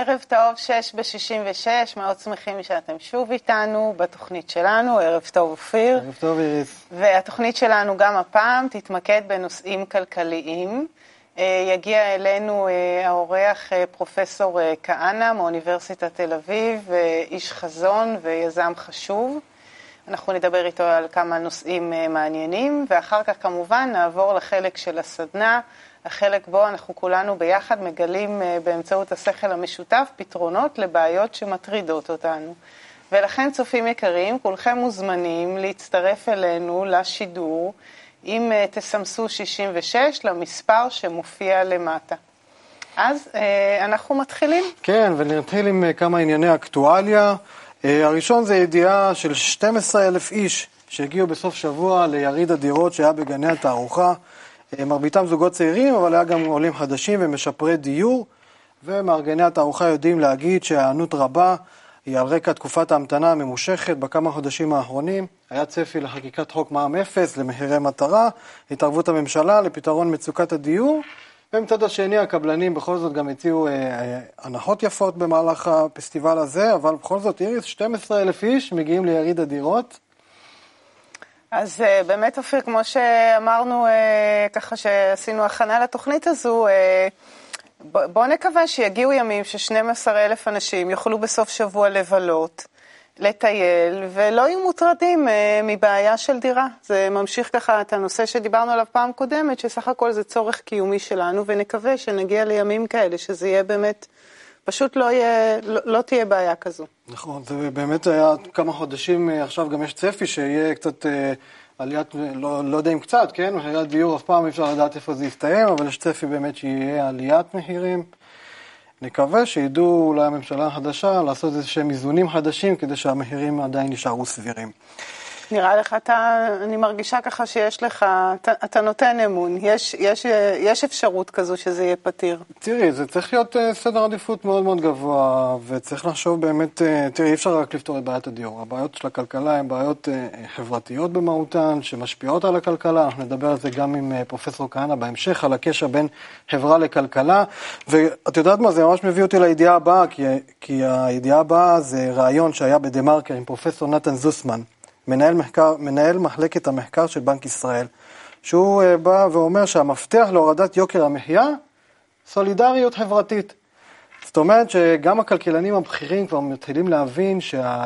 ערב טוב, 6:66, מאוד שמחים שאתם שוב איתנו בתוכנית שלנו. ערב טוב אופיר. ערב טוב איריס. והתוכנית שלנו גם הפעם תתמקד בנושאים כלכליים. יגיע אלינו האורח פרופסור כהנא מאוניברסיטת תל אביב, איש חזון ויזם חשוב. אנחנו נדבר איתו על כמה נושאים מעניינים, ואחר כך כמובן נעבור לחלק של הסדנה, החלק בו אנחנו כולנו ביחד מגלים באמצעות השכל המשותף פתרונות לבעיות שמטרידות אותנו. ולכן צופים יקרים, כולכם מוזמנים להצטרף אלינו לשידור, אם תסמסו 66 למספר שמופיע למטה. אז אנחנו מתחילים. כן, ונתחיל עם כמה ענייני אקטואליה. הראשון זה ידיעה של 12,000 איש שהגיעו בסוף שבוע ליריד הדירות שהיה בגני התערוכה. מרביתם זוגות צעירים, אבל היה גם עולים חדשים ומשפרי דיור, ומארגני התערוכה יודעים להגיד שהענות רבה היא על רקע תקופת ההמתנה הממושכת בכמה חודשים האחרונים. היה צפי לחקיקת חוק מע"מ אפס למחירי מטרה, התערבות הממשלה לפתרון מצוקת הדיור, ומצד השני הקבלנים בכל זאת גם הציעו הנחות יפות במהלך הפסטיבל הזה, אבל בכל זאת איריס, 12,000 איש מגיעים ליריד הדירות. אז באמת אופיר, כמו שאמרנו, ככה שעשינו הכנה לתוכנית הזו, בואו נקווה שיגיעו ימים ש12,000 אנשים יוכלו בסוף שבוע לבלות, לטייל, ולא יהיו מוטרדים מבעיה של דירה. זה ממשיך ככה את הנושא שדיברנו עליו פעם קודמת, שסך הכל זה צורך קיומי שלנו, ונקווה שנגיע לימים כאלה, שזה יהיה באמת, פשוט לא תהיה בעיה כזו. נכון, זה באמת היה כמה חודשים, עכשיו גם יש צפי שיהיה קצת עליית, לא יודע אם קצת, כן? מחירי הדיור אף פעם אי אפשר לדעת איפה זה יסתיים, אבל יש צפי באמת שיהיה עליית מחירים. נקווה שידעו אולי הממשלה החדשה לעשות איזשהם איזונים חדשים כדי שהמחירים עדיין נשארו סבירים. נראה לך, אני מרגישה ככה שיש לך, אתה נותן אמון, יש אפשרות כזו שזה יהיה פתיר. תראי, זה צריך להיות סדר עדיפות מאוד מאוד גבוה, וצריך לחשוב באמת, תראי, אי אפשר רק לפתור את בעיית הדיור. הבעיות של הכלכלה הן בעיות חברתיות במהותן, שמשפיעות על הכלכלה. אנחנו נדבר על זה גם עם פרופסור כהנא בהמשך, על הקשר בין חברה לכלכלה. ואת יודעת מה, זה ממש מביא אותי לידיעה הבאה, כי הידיעה הבאה זה רעיון שהיה בדה-מרקר עם פרופסור נתן זוסמן, מנהל מחלקת המחקר של בנק ישראל, שהוא בא ואומר שהמפתח להורדת יוקר המחיה, סולידריות חברתית. זאת אומרת שגם הכלכלנים הבכירים כבר מתחילים להבין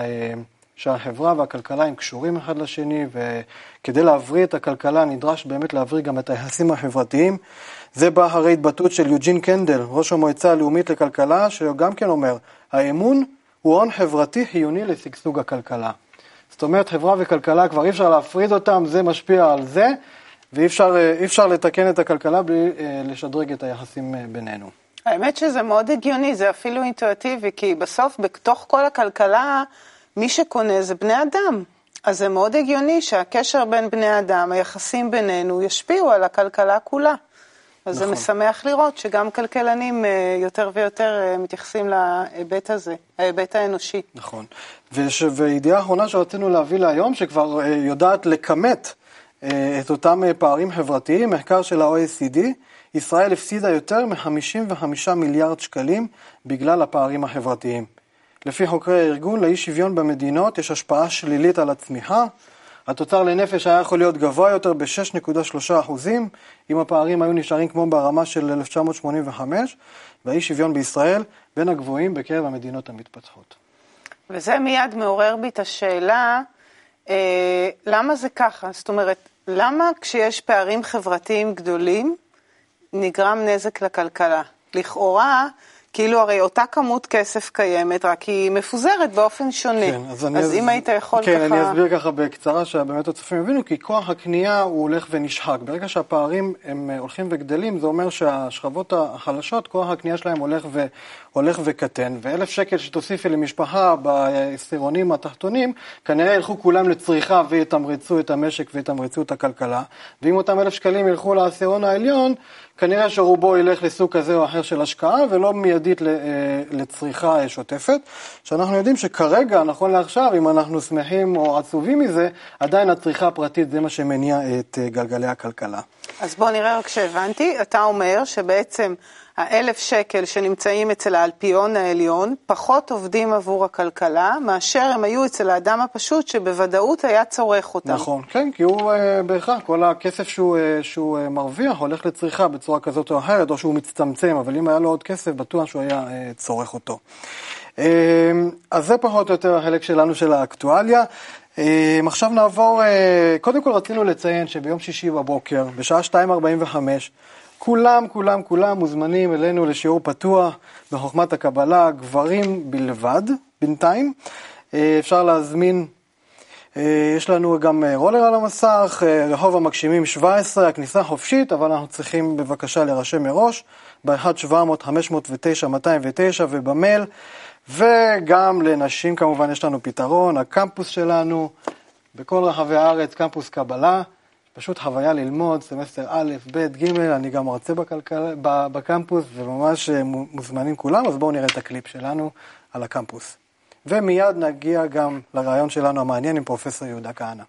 שהחברה והכלכלה הם קשורים אחד לשני, וכדי להבריא את הכלכלה נדרש באמת להבריא גם את היחסים החברתיים. זה בא הרי התבטאות של יוג'ין קנדל, ראש המועצה הלאומית לכלכלה, שגם כן אומר, האמון הוא הון חברתי חיוני לשגשוג הכלכלה. זאת אומרת, חברה וכלכלה כבר אי אפשר להפריד אותם, זה משפיע על זה, ואי אפשר לתקן את הכלכלה בלי לשדרג את היחסים בינינו. האמת שזה מאוד הגיוני, זה אפילו אינטואיטיבי, כי בסוף, בתוך כל הכלכלה, מי שקונה זה בני אדם. אז זה מאוד הגיוני שהקשר בין בני אדם, היחסים בינינו, ישפיעו על הכלכלה כולה. אז נכון. זה משמח לראות שגם כלכלנים יותר ויותר מתייחסים להיבט הזה, ההיבט האנושי. נכון. וידיעה האחרונה שרצינו להביא להיום, שכבר יודעת לכמת את אותם פערים חברתיים, מחקר של ה-OECD, ישראל הפסידה יותר מ-55 מיליארד שקלים בגלל הפערים החברתיים. לפי חוקרי הארגון, לאי שוויון במדינות יש השפעה שלילית על הצמיחה, התוצר לנפש היה יכול להיות גבוה יותר ב-6.3%, אם הפערים היו נשארים כמו ברמה של 1985, והאי שוויון בישראל בין הגבוהים בקרב המדינות המתפתחות. וזה מיד מעורר בי את השאלה, למה זה ככה? זאת אומרת, למה כשיש פערים חברתיים גדולים, נגרם נזק לכלכלה? לכאורה, כאילו הרי אותה כמות כסף קיימת, רק היא מפוזרת באופן שונה. כן, אז אם היית יכול כן, ככה... כן, אני אסביר ככה בקצרה שבאמת הצופים הבינו, כי כוח הקנייה הוא הולך ונשחק. ברגע שהפערים הם הולכים וגדלים, זה אומר שהשכבות החלשות, כוח הקנייה שלהם הולך וקטן, ו1,000 שקל שתוסיפי למשפחה בעשירונים התחתונים, כנראה ילכו כולם לצריכה ויתמרצו את המשק ויתמרצו את הכלכלה, ואם אותם 1,000 שקלים ילכו לעשירון העליון, כנראה שרובו ילך לסוג כזה או אחר של השקעה, ולא מיידית לצריכה שוטפת. שאנחנו יודעים שכרגע, נכון לעכשיו, אם אנחנו שמחים או עצובים מזה, עדיין הצריכה הפרטית זה מה שמניע את גלגלי הכלכלה. אז בוא נראה רק שהבנתי, אתה אומר שבעצם ה1,000 שקל שנמצאים אצל האלפיון העליון, פחות עובדים עבור הכלכלה, מאשר הם היו אצל האדם הפשוט שבוודאות היה צורך אותם. נכון, כן, כי הוא בהכרח, כל הכסף שהוא מרוויח הולך לצריכה בצורה כזאת או אחרת, או שהוא מצטמצם, אבל אם היה לו עוד כסף, בטוח שהוא היה צורך אותו. אז זה פחות או יותר החלק שלנו של האקטואליה. עכשיו נעבור, קודם כל רצינו לציין שביום שישי בבוקר, בשעה 2:45, כולם מוזמנים אלינו לשיעור פתוח בחוכמת הקבלה, גברים בלבד, בינתיים. אפשר להזמין, יש לנו גם רולר על המסך, רחוב המגשימים 17, הכניסה חופשית, אבל אנחנו צריכים בבקשה להירשם מראש, ב-1-700-509-209 ובמייל, וגם לנשים כמובן יש לנו פתרון, הקמפוס שלנו בכל רחבי הארץ, קמפוס קבלה, פשוט חוויה ללמוד, סמסטר א', ב', ג', אני גם מרצה בקמפוס, וממש מוזמנים כולם, אז בואו נראה את הקליפ שלנו על הקמפוס. ומיד נגיע גם לרעיון שלנו המעניין עם פרופסור יהודה כהנא.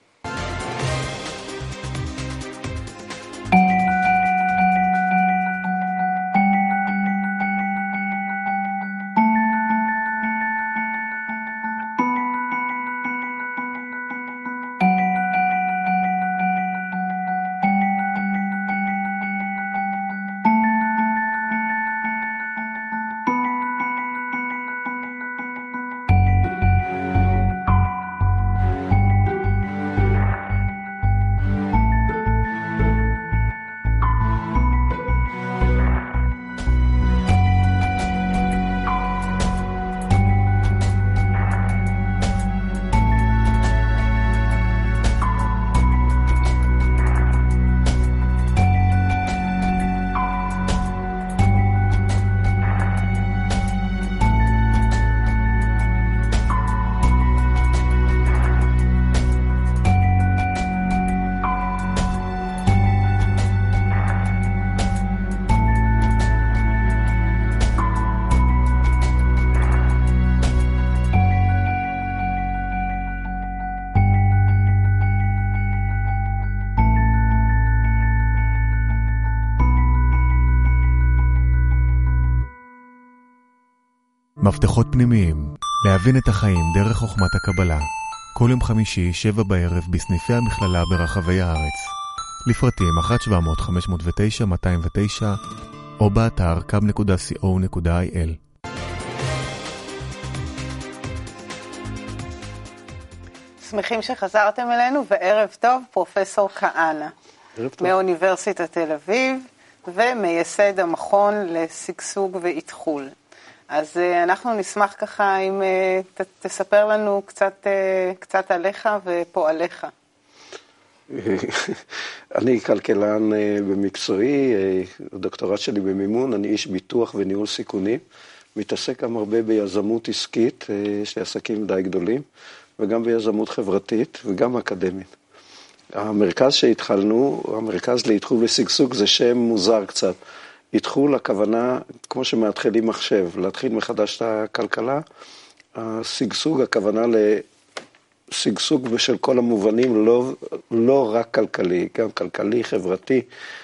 מפתחות פנימיים, להבין את החיים דרך חוכמת הקבלה. כל יום חמישי, 7 בערב, בסניפי המכללה ברחבי הארץ. לפרטים 1-700-509-209 או באתר kab.co.il. שמחים שחזרתם אלינו, וערב טוב, פרופסור כהנא. ערב טוב. מאוניברסיטת תל אביב, ומייסד המכון לשגשוג ואתחול. אז אנחנו נשמח ככה אם תספר לנו קצת עליך ופועליך. אני כלכלן במקצועי, הדוקטורט שלי במימון, אני איש ביטוח וניהול סיכונים, מתעסק גם הרבה ביזמות עסקית, יש לי עסקים די גדולים, וגם ביזמות חברתית וגם אקדמית. המרכז שהתחלנו, המרכז להתחול ושגשוג, זה שם מוזר קצת. התחול הכוונה, כמו שמתחילים מחשב, להתחיל מחדש את הכלכלה, השגשוג, הכוונה לשגשוג בשל כל המובנים, לא רק כלכלי, גם כלכלי, חברתי,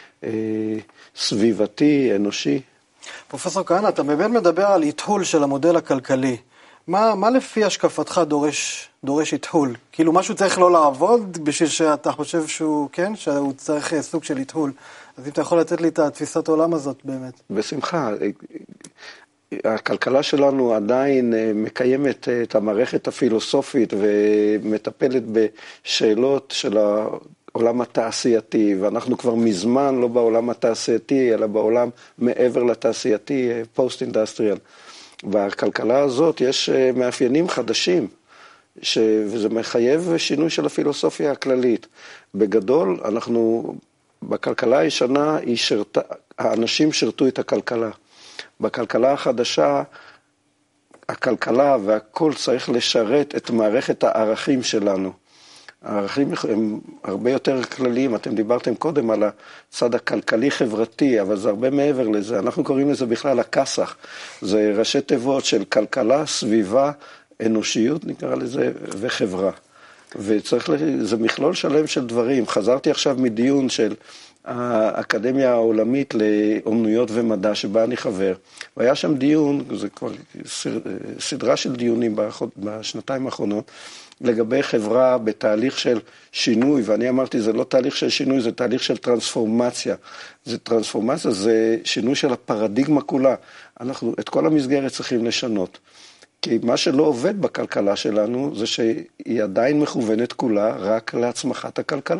סביבתי, אנושי. פרופסור כהנא, אתה באמת מדבר על התחול של המודל הכלכלי. מה לפי השקפתך דורש התחול? כאילו משהו צריך לא לעבוד בשביל שאתה חושב שהוא, כן, שהוא צריך סוג של התחול. אז אם אתה יכול לתת לי את התפיסת העולם הזאת באמת. בשמחה. הכלכלה שלנו עדיין מקיימת את המערכת הפילוסופית ומטפלת בשאלות של העולם התעשייתי, ואנחנו כבר מזמן לא בעולם התעשייתי, אלא בעולם מעבר לתעשייתי, פוסט-אינדסטריאל. בכלכלה הזאת יש מאפיינים חדשים, וזה מחייב שינוי של הפילוסופיה הכללית. בגדול, בכלכלה הישנה, האנשים שרתו את הכלכלה. בכלכלה החדשה, הכלכלה והכל צריך לשרת את מערכת הערכים שלנו. הערכים הם הרבה יותר כלליים, אתם דיברתם קודם על הצד הכלכלי-חברתי, אבל זה הרבה מעבר לזה. אנחנו קוראים לזה בכלל הכסח. זה ראשי תיבות של כלכלה, סביבה, אנושיות, נקרא לזה, וחברה. זה מכלול שלם של דברים. חזרתי עכשיו מדיון של האקדמיה העולמית לאומנויות ומדע, שבה אני חבר, והיה שם דיון, זה כבר סדרה של דיונים בשנתיים האחרונות, לגבי חברה בתהליך של שינוי, ואני אמרתי, זה לא תהליך של שינוי, זה תהליך של טרנספורמציה. זה טרנספורמציה, זה שינוי של הפרדיגמה כולה. אנחנו את כל המסגרת צריכים לשנות. כי מה שלא עובד בכלכלה שלנו, זה שהיא עדיין מכוונת כולה רק להצמחת הכלכלה.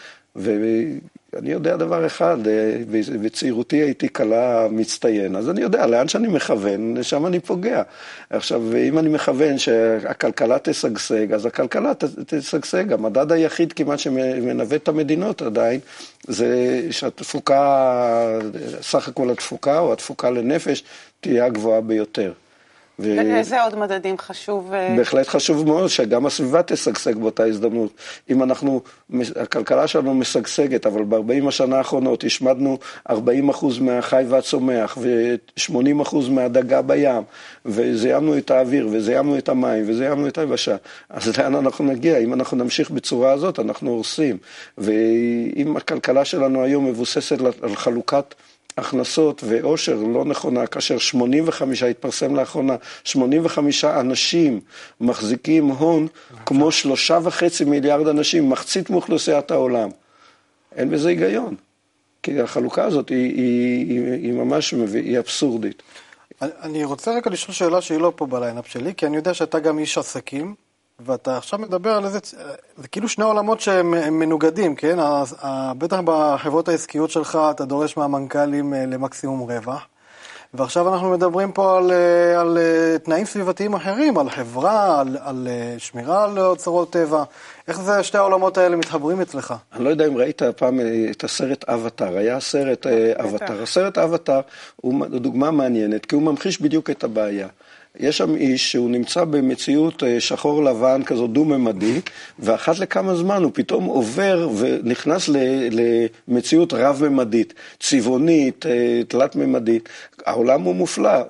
ואני יודע דבר אחד, בצעירותי הייתי כלה מצטיין, אז אני יודע לאן שאני מכוון, שם אני פוגע. עכשיו, אם אני מכוון שהכלכלה תשגשג, אז הכלכלה תשגשג. המדד היחיד כמעט שמנווט את המדינות עדיין, זה שהתפוקה, סך הכל התפוקה או התפוקה לנפש, תהיה הגבוהה ביותר. איזה עוד מדדים חשוב? בהחלט חשוב מאוד שגם הסביבה תשגשג באותה הזדמנות. אם הכלכלה שלנו משגשגת, אבל ב-40 השנה האחרונות השמדנו 40% מהחי והצומח, ו-80% מהדגה בים, וזיימנו את האוויר, וזיימנו את המים, וזיימנו את היבשה. אז לאן אנחנו נגיע? אם אנחנו נמשיך בצורה הזאת, אנחנו הורסים. ואם הכלכלה שלנו היום מבוססת על חלוקת הכנסות ועושר לא נכונה, כאשר 85 התפרסם לאחרונה, 85 אנשים מחזיקים הון כמו 3.5 מיליארד אנשים, מחצית מאוכלוסיית העולם. אין בזה היגיון, כי החלוקה הזאת היא ממש היא אבסורדית. אני רוצה רגע לשאול שאלה שהיא לא פה בליינאפ שלי, כי אני יודע שאתה גם איש עסקים, ואתה עכשיו מדבר על איזה, זה כאילו שני עולמות שהם מנוגדים, כן? בטח בחברות העסקיות שלך אתה דורש מהמנכ"לים למקסימום רווח, ועכשיו אנחנו מדברים פה על תנאים סביבתיים אחרים, על חברה, על שמירה על אוצרות טבע. איך זה שתי העולמות האלה מתחברים אצלך? אני לא יודע אם ראית פעם את הסרט אבטר, היה סרט אבטר. הסרט אבטר הוא דוגמה מעניינת, כי הוא ממחיש בדיוק את הבעיה. יש שם איש שהוא נמצא במציאות שחור לבן כזו דו-ממדי, ואחת לכמה זמן הוא פתאום עובר ונכנס למציאות רב-ממדית, צבעונית, תלת-ממדית. העולם הוא מופלא,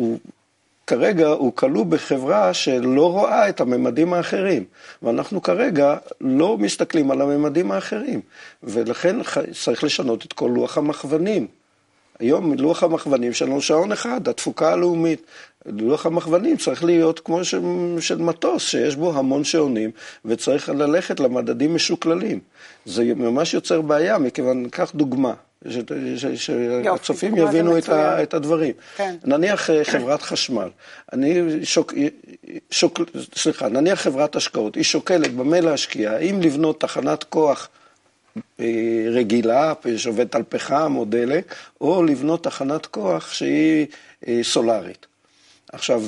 כרגע הוא כלוא בחברה שלא רואה את הממדים האחרים, ואנחנו כרגע לא מסתכלים על הממדים האחרים, ולכן צריך לשנות את כל לוח המכוונים. היום לוח המכוונים שלנו שעון אחד, התפוקה הלאומית. לוח המכוונים צריך להיות כמו של מטוס, שיש בו המון שעונים, וצריך ללכת למדדים משוקללים. זה ממש יוצר בעיה, מכיוון כך דוגמה, שהצופים יבינו את הדברים. נניח חברת חשמל, נניח חברת השקעות, היא שוקלת במה להשקיע, האם לבנות תחנת כוח רגילה, שעובדת על פחם או דלק, או לבנות תחנת כוח שהיא סולרית. עכשיו,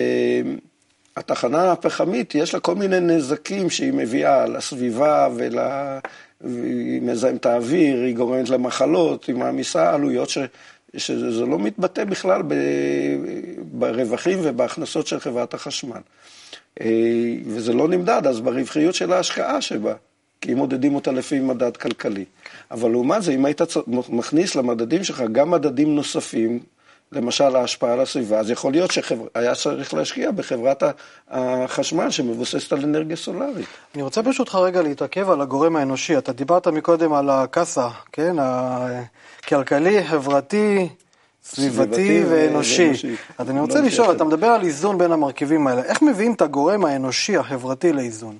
התחנה הפחמית, יש לה כל מיני נזקים שהיא מביאה לסביבה והיא מזהם את האוויר, היא גורמת למחלות, היא מעמיסה עלויות שזה לא מתבטא בכלל ברווחים ובהכנסות של חברת החשמל. וזה לא נמדד, אז ברווחיות של ההשקעה שבה. כי אם מודדים אותה לפי מדד כלכלי. אבל לעומת זה, אם היית מכניס למדדים שלך גם מדדים נוספים, למשל ההשפעה על הסביבה, אז יכול להיות שהיה צריך להשקיע בחברת החשמל שמבוססת על אנרגיה סולרית. אני רוצה ברשותך רגע להתעכב על הגורם האנושי. אתה דיברת מקודם על הקסה, כן? הכלכלי, חברתי, סביבתי ואנושי. אז אני רוצה לשאול, אתה מדבר על איזון בין המרכיבים האלה. איך מביאים את הגורם האנושי, החברתי, לאיזון?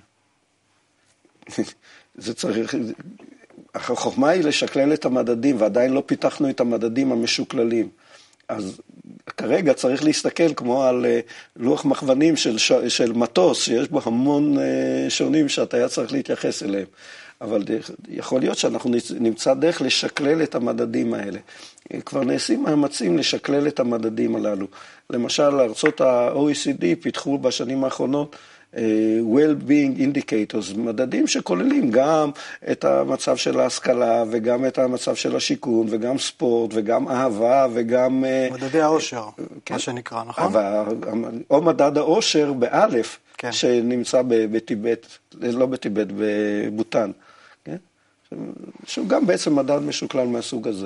זה צריך, החוכמה היא לשקלל את המדדים, ועדיין לא פיתחנו את המדדים המשוקללים. אז כרגע צריך להסתכל כמו על לוח מכוונים של מטוס, שיש בו המון שונים שאתה היה צריך להתייחס אליהם. אבל יכול להיות שאנחנו נמצא דרך לשקלל את המדדים האלה. כבר נעשים מאמצים לשקלל את המדדים הללו. למשל, ארצות ה-OECD פיתחו בשנים האחרונות well-being indicators, מדדים שכוללים גם את המצב של ההשכלה, וגם את המצב של השיכון, וגם ספורט, וגם אהבה, וגם מדדי האושר, מה שנקרא, נכון? או מדד האושר באלף, שנמצא בטיבט, לא בטיבט, בבוטן, שהוא גם בעצם מדד משוקלל מהסוג הזה.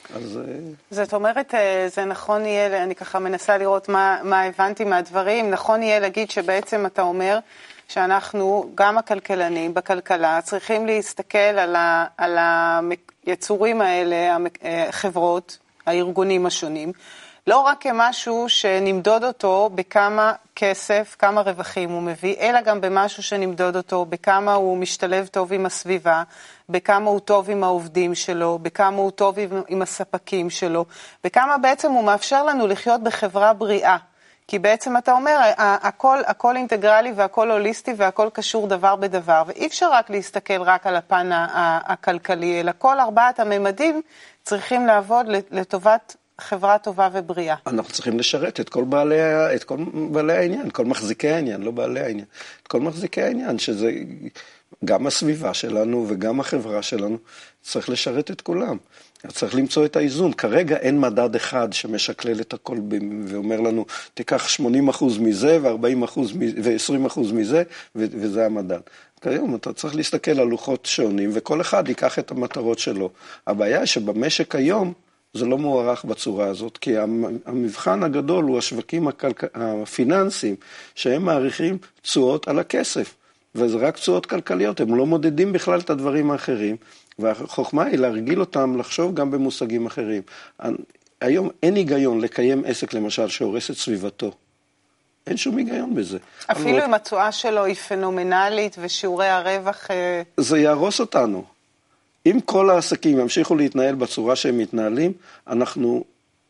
אז... זאת אומרת, זה נכון יהיה, אני ככה מנסה לראות מה הבנתי מהדברים, נכון יהיה להגיד שבעצם אתה אומר שאנחנו, גם הכלכלנים בכלכלה, צריכים להסתכל על היצורים האלה, החברות, הארגונים השונים, לא רק כמשהו שנמדוד אותו בכמה כסף, כמה רווחים הוא מביא, אלא גם במשהו שנמדוד אותו בכמה הוא משתלב טוב עם הסביבה, בכמה הוא טוב עם העובדים שלו, בכמה הוא טוב עם הספקים שלו, בכמה בעצם הוא מאפשר לנו לחיות בחברה בריאה. כי בעצם אתה אומר, הכל אינטגרלי והכל הוליסטי והכל קשור דבר בדבר, ואי אפשר רק להסתכל רק על הפן הכלכלי, אלא כל ארבעת הממדים צריכים לעבוד לטובת חברה טובה ובריאה. אנחנו צריכים לשרת את כל בעלי העניין, כל מחזיקי העניין, לא בעלי העניין. את כל מחזיקי העניין, שזה גם הסביבה שלנו וגם החברה שלנו, צריך לשרת את כולם. צריך למצוא את האיזון. כרגע אין מדד אחד שמשקלל את הכל ואומר לנו, תיקח 80% מזה ו40% ו20% מזה, וזה המדד. כיום אתה צריך להסתכל על לוחות שונים, וכל אחד ייקח את המטרות שלו. הבעיה היא שבמשק היום, זה לא מוערך בצורה הזאת, כי המבחן הגדול הוא השווקים הפיננסיים, שהם מעריכים תשואות על הכסף, וזה רק תשואות כלכליות, הם לא מודדים בכלל את הדברים האחרים, והחוכמה היא להרגיל אותם לחשוב גם במושגים אחרים. היום אין היגיון לקיים עסק למשל שהורס את סביבתו. אין שום היגיון בזה. אפילו אם התשואה שלו היא פנומנלית ושיעורי הרווח... זה יהרוס אותנו. אם כל העסקים ימשיכו להתנהל בצורה שהם מתנהלים, אנחנו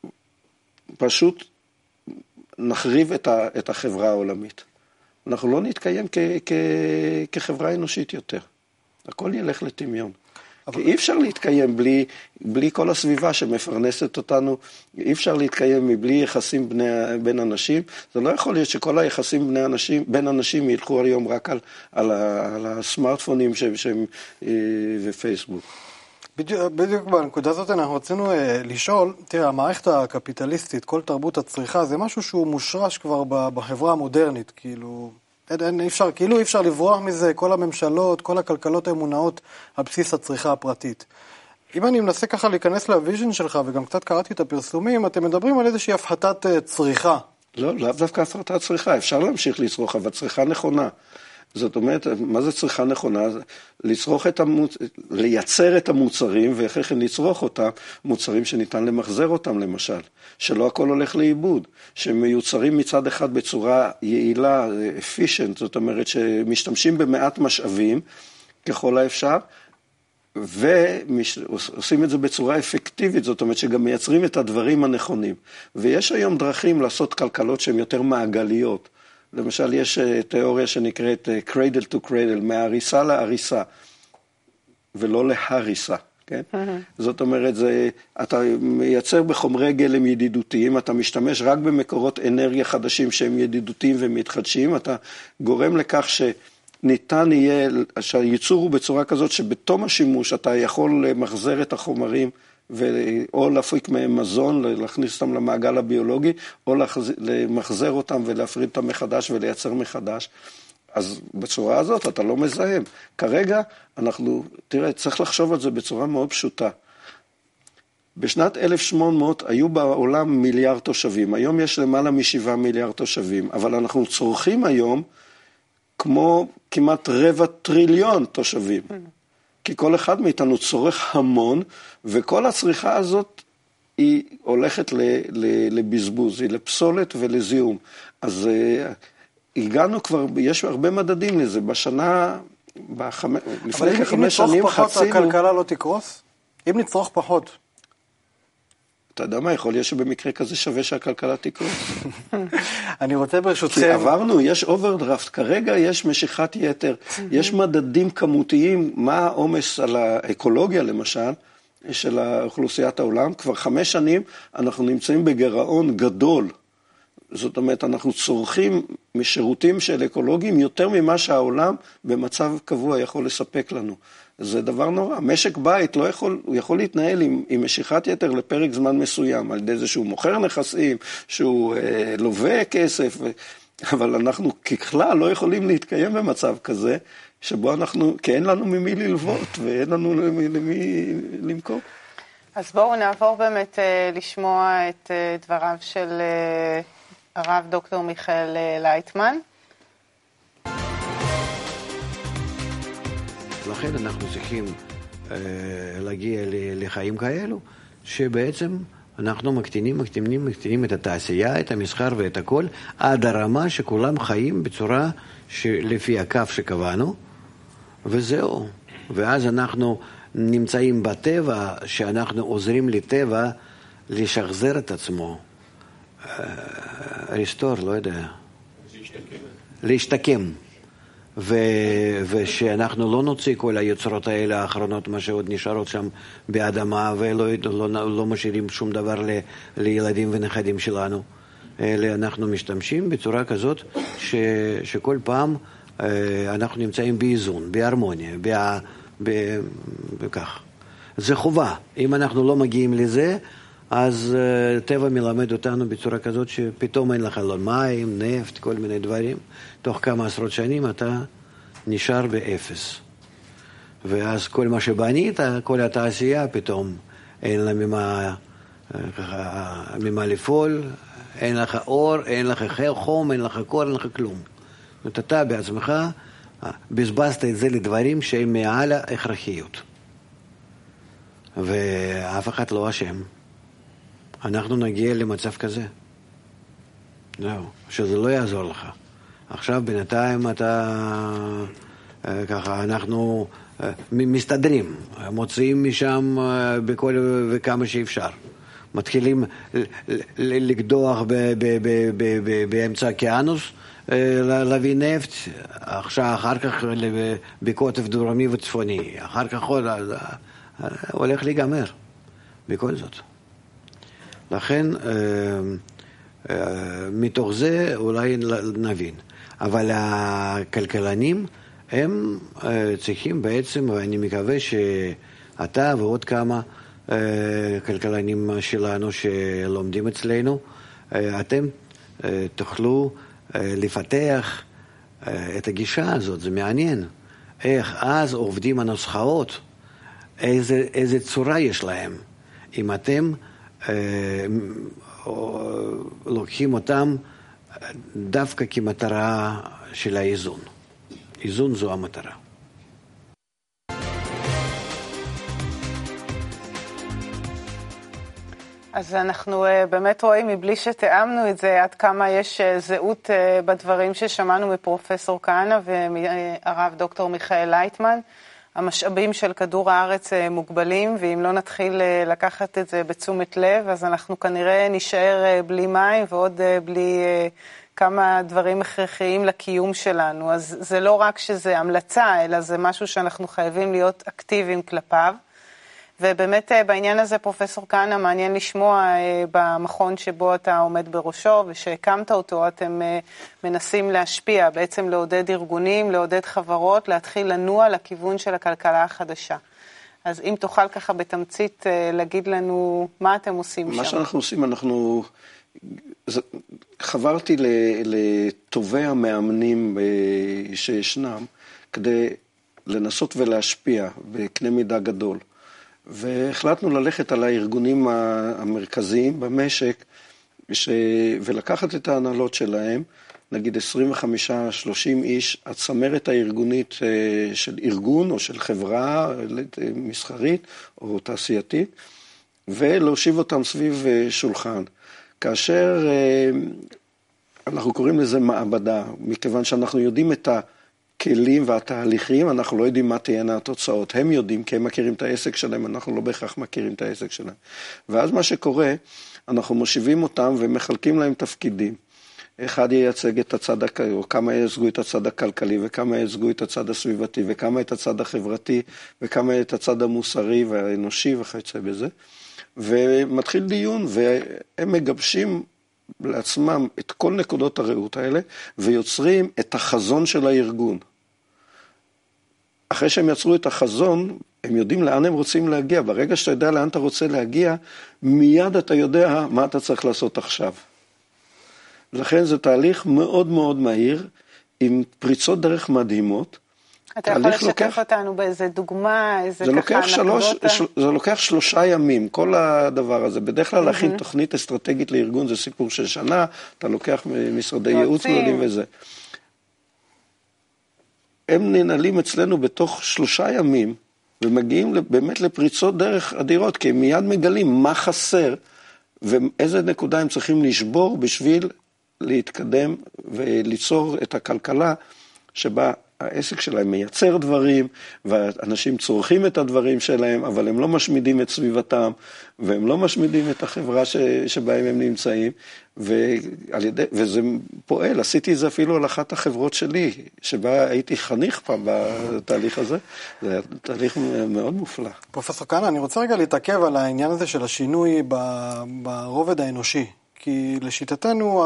פשוט נחריב את החברה העולמית. אנחנו לא נתקיים כחברה אנושית יותר. הכל ילך לטמיון. כי אי אפשר להתקיים בלי כל הסביבה שמפרנסת אותנו, אי אפשר להתקיים מבלי יחסים בין אנשים, זה לא יכול להיות שכל היחסים בין אנשים ילכו היום רק על הסמארטפונים ופייסבוק. בדיוק בנקודה הזאת אנחנו רצינו לשאול, תראה, המערכת הקפיטליסטית, כל תרבות הצריכה, זה משהו שהוא מושרש כבר בחברה המודרנית, כאילו... אי אפשר לברוח מזה, כל הממשלות, כל הכלכלות המונעות על בסיס הצריכה הפרטית. אם אני מנסה ככה להיכנס לוויז'ן שלך, וגם קצת קראתי את הפרסומים, אתם מדברים על איזושהי הפחתת צריכה. לא, לאו דווקא הפחתת צריכה, אפשר להמשיך לצרוך, אבל צריכה נכונה. זאת אומרת, מה זה צריכה נכונה? לייצר את המוצרים, ואחרי כן לצרוך אותם, מוצרים שניתן למחזר אותם למשל, שלא הכל הולך לאיבוד, שמיוצרים מצד אחד בצורה יעילה, efficient, זאת אומרת שמשתמשים במעט משאבים, ככל האפשר, ועושים את זה בצורה אפקטיבית, זאת אומרת שגם מייצרים את הדברים הנכונים. ויש היום דרכים לעשות כלכלות שהן יותר מעגליות, למשל, יש תיאוריה שנקראת cradle to cradle, מהריסה להריסה, ולא להריסה, כן? זאת אומרת, אתה מייצר בחומרי גלם ידידותיים, אתה משתמש רק במקורות אנרגיה חדשים שהם ידידותיים ומתחדשים, אתה גורם לכך שניתן יהיה, שהייצור הוא בצורה כזאת שבתום השימוש אתה יכול למחזר את החומרים, או להפיק מהם מזון, להכניס אותם למעגל הביולוגי, או למחזר אותם ולהפריד אותם מחדש ולייצר מחדש. אז בצורה הזאת אתה לא מזהם. כרגע תראה, צריך לחשוב על זה בצורה מאוד פשוטה. בשנת 1800 היו בעולם מיליארד תושבים, היום יש למעלה מ7 מיליארד תושבים, אבל אנחנו צורכים היום כמו כמעט 250 טריליון תושבים. כי כל אחד מאיתנו צורך המון, וכל הצריכה הזאת היא הולכת לבזבוז, היא לפסולת ולזיהום. אז הגענו כבר, יש הרבה מדדים לזה, לפני כ5 שנים חצינו... אבל אם נצרוך פחות, הכלכלה לא תקרוס? אם נצרוך פחות? אתה יודע מה, יכול להיות שבמקרה כזה שווה שהכלכלה תקרוס. אני רוצה ברשותכם... כי עברנו, יש אוברדרפט, כרגע יש משיכת יתר, יש מדדים כמותיים, מה העומס על האקולוגיה למשל, של אוכלוסיית העולם, כבר 5 שנים אנחנו נמצאים בגירעון גדול, זאת אומרת, אנחנו צורכים משירותים של אקולוגיים יותר ממה שהעולם במצב קבוע יכול לספק לנו. זה דבר נורא. משק בית לא הוא יכול להתנהל עם משיכת יתר לפרק זמן מסוים, על ידי זה שהוא מוכר נכסים, שהוא לווה כסף, אבל אנחנו ככלל לא יכולים להתקיים במצב כזה, שבו כי אין לנו ממי ללוות ואין לנו למי למכור. אז בואו נעבור באמת לשמוע את דבריו של הרב דוקטור מיכאל לייטמן. לכן אנחנו צריכים להגיע לחיים כאלו, שבעצם אנחנו מקטינים את התעשייה, את המסחר ואת הכל, עד הרמה שכולם חיים בצורה לפי הקו שקבענו, וזהו. ואז אנחנו נמצאים בטבע, שאנחנו עוזרים לטבע לשחזר את עצמו. ריסטור, לא יודע. להשתקם. ושאנחנו לא נוציא כל היוצרות האלה האחרונות, מה שעוד נשארות שם באדמה, ולא משאירים שום דבר לילדים ונכדים שלנו. אלא אנחנו משתמשים בצורה כזאת שכל פעם אנחנו נמצאים באיזון, בהרמוניה, בכך. זה חובה. אם אנחנו לא מגיעים לזה, אז טבע מלמד אותנו בצורה כזאת שפתאום אין לך לא מים, נפט, כל מיני דברים. תוך כמה עשרות שנים אתה נשאר באפס. ואז כל מה שבנית, כל התעשייה פתאום אין לה ממה לפעול, אין לך אור, אין לך חום, אין לך קור, אין לך כלום. אתה בעצמך בזבזת את זה לדברים שהם מעל ההכרחיות. ואף אחד לא אשם. אנחנו נגיע למצב כזה. זהו, שזה לא יעזור לך. עכשיו בינתיים ככה, אנחנו מסתדרים, מוצאים משם בכל וכמה שאפשר. מתחילים לקדוח באמצע האוקיינוס, להביא נפט, אחר כך בקוטב דרומי וצפוני, אחר כך הולך להיגמר, בכל זאת. לכן, מתוך זה אולי נבין. אבל הכלכלנים, הם צריכים בעצם, ואני מקווה שאתה ועוד כמה כלכלנים שלנו שלומדים אצלנו, אתם תוכלו לפתח את הגישה הזאת, זה מעניין. איך אז עובדים הנוסחאות, איזה צורה יש להם. אם אתם לוקחים אותם דווקא כמטרה של האיזון. איזון זו המטרה. אז אנחנו באמת רואים, מבלי שתאמנו את זה, עד כמה יש זהות בדברים ששמענו מפרופסור כהנא ומהרב דוקטור מיכאל לייטמן. המשאבים של כדור הארץ מוגבלים, ואם לא נתחיל לקחת את זה בתשומת לב, אז אנחנו כנראה נשאר בלי מים ועוד בלי כמה דברים הכרחיים לקיום שלנו. אז זה לא רק שזה המלצה, אלא זה משהו שאנחנו חייבים להיות אקטיביים כלפיו. ובאמת בעניין הזה, פרופסור כהנא, מעניין לשמוע במכון שבו אתה עומד בראשו ושהקמת אותו, אתם מנסים להשפיע, בעצם לעודד ארגונים, לעודד חברות, להתחיל לנוע לכיוון של הכלכלה החדשה. אז אם תוכל ככה בתמצית להגיד לנו מה אתם עושים שם. מה שאנחנו עושים, חברתי לטובי המאמנים שישנם, כדי לנסות ולהשפיע בקנה מידה גדול. והחלטנו ללכת על הארגונים המרכזיים במשק, ולקחת את ההנהלות שלהם, נגיד 25-30 איש, הצמרת הארגונית של ארגון או של חברה מסחרית או תעשייתית, ולהושיב אותם סביב שולחן. כאשר אנחנו קוראים לזה מעבדה, מכיוון שאנחנו יודעים את הכלים והתהליכים, אנחנו לא יודעים מה תהיינה התוצאות. הם יודעים, כי הם מכירים את העסק שלהם, אנחנו לא בהכרח מכירים את העסק שלהם. ואז מה שקורה, אנחנו מושיבים אותם ומחלקים להם תפקידים. אחד ייצג את הצד, או כמה ייצגו את הצד הכלכלי, וכמה ייצגו את הצד הסביבתי, וכמה את הצד החברתי, וכמה את הצד המוסרי והאנושי וכיוצא בזה. ומתחיל דיון, והם מגבשים לעצמם את כל נקודות הראות האלה, ויוצרים את החזון של הארגון. אחרי שהם יצרו את החזון, הם יודעים לאן הם רוצים להגיע. ברגע שאתה יודע לאן אתה רוצה להגיע, מיד אתה יודע מה אתה צריך לעשות עכשיו. לכן זה תהליך מאוד מאוד מהיר, עם פריצות דרך מדהימות, אתה יכול לשתף אותנו באיזה דוגמה, איזה ככה נקודות? זה לוקח 3 ימים, כל הדבר הזה. בדרך כלל להכין תוכנית אסטרטגית לארגון זה סיפור של שנה, אתה לוקח משרדי ייעוץ גדולים וזה. הם ננהלים אצלנו בתוך 3 ימים, ומגיעים באמת לפריצות דרך אדירות, כי הם מיד מגלים מה חסר, ואיזה נקודה הם צריכים לשבור בשביל להתקדם וליצור את הכלכלה שבה העסק שלהם מייצר דברים, ואנשים צורכים את הדברים שלהם, אבל הם לא משמידים את סביבתם, והם לא משמידים את החברה שבהם הם נמצאים, וזה פועל. עשיתי את זה אפילו על אחת החברות שלי, שבה הייתי חניך פעם בתהליך הזה, זה היה תהליך מאוד מופלא. פרופסור כהנא, אני רוצה רגע להתעכב על העניין הזה של השינוי ברובד האנושי. כי לשיטתנו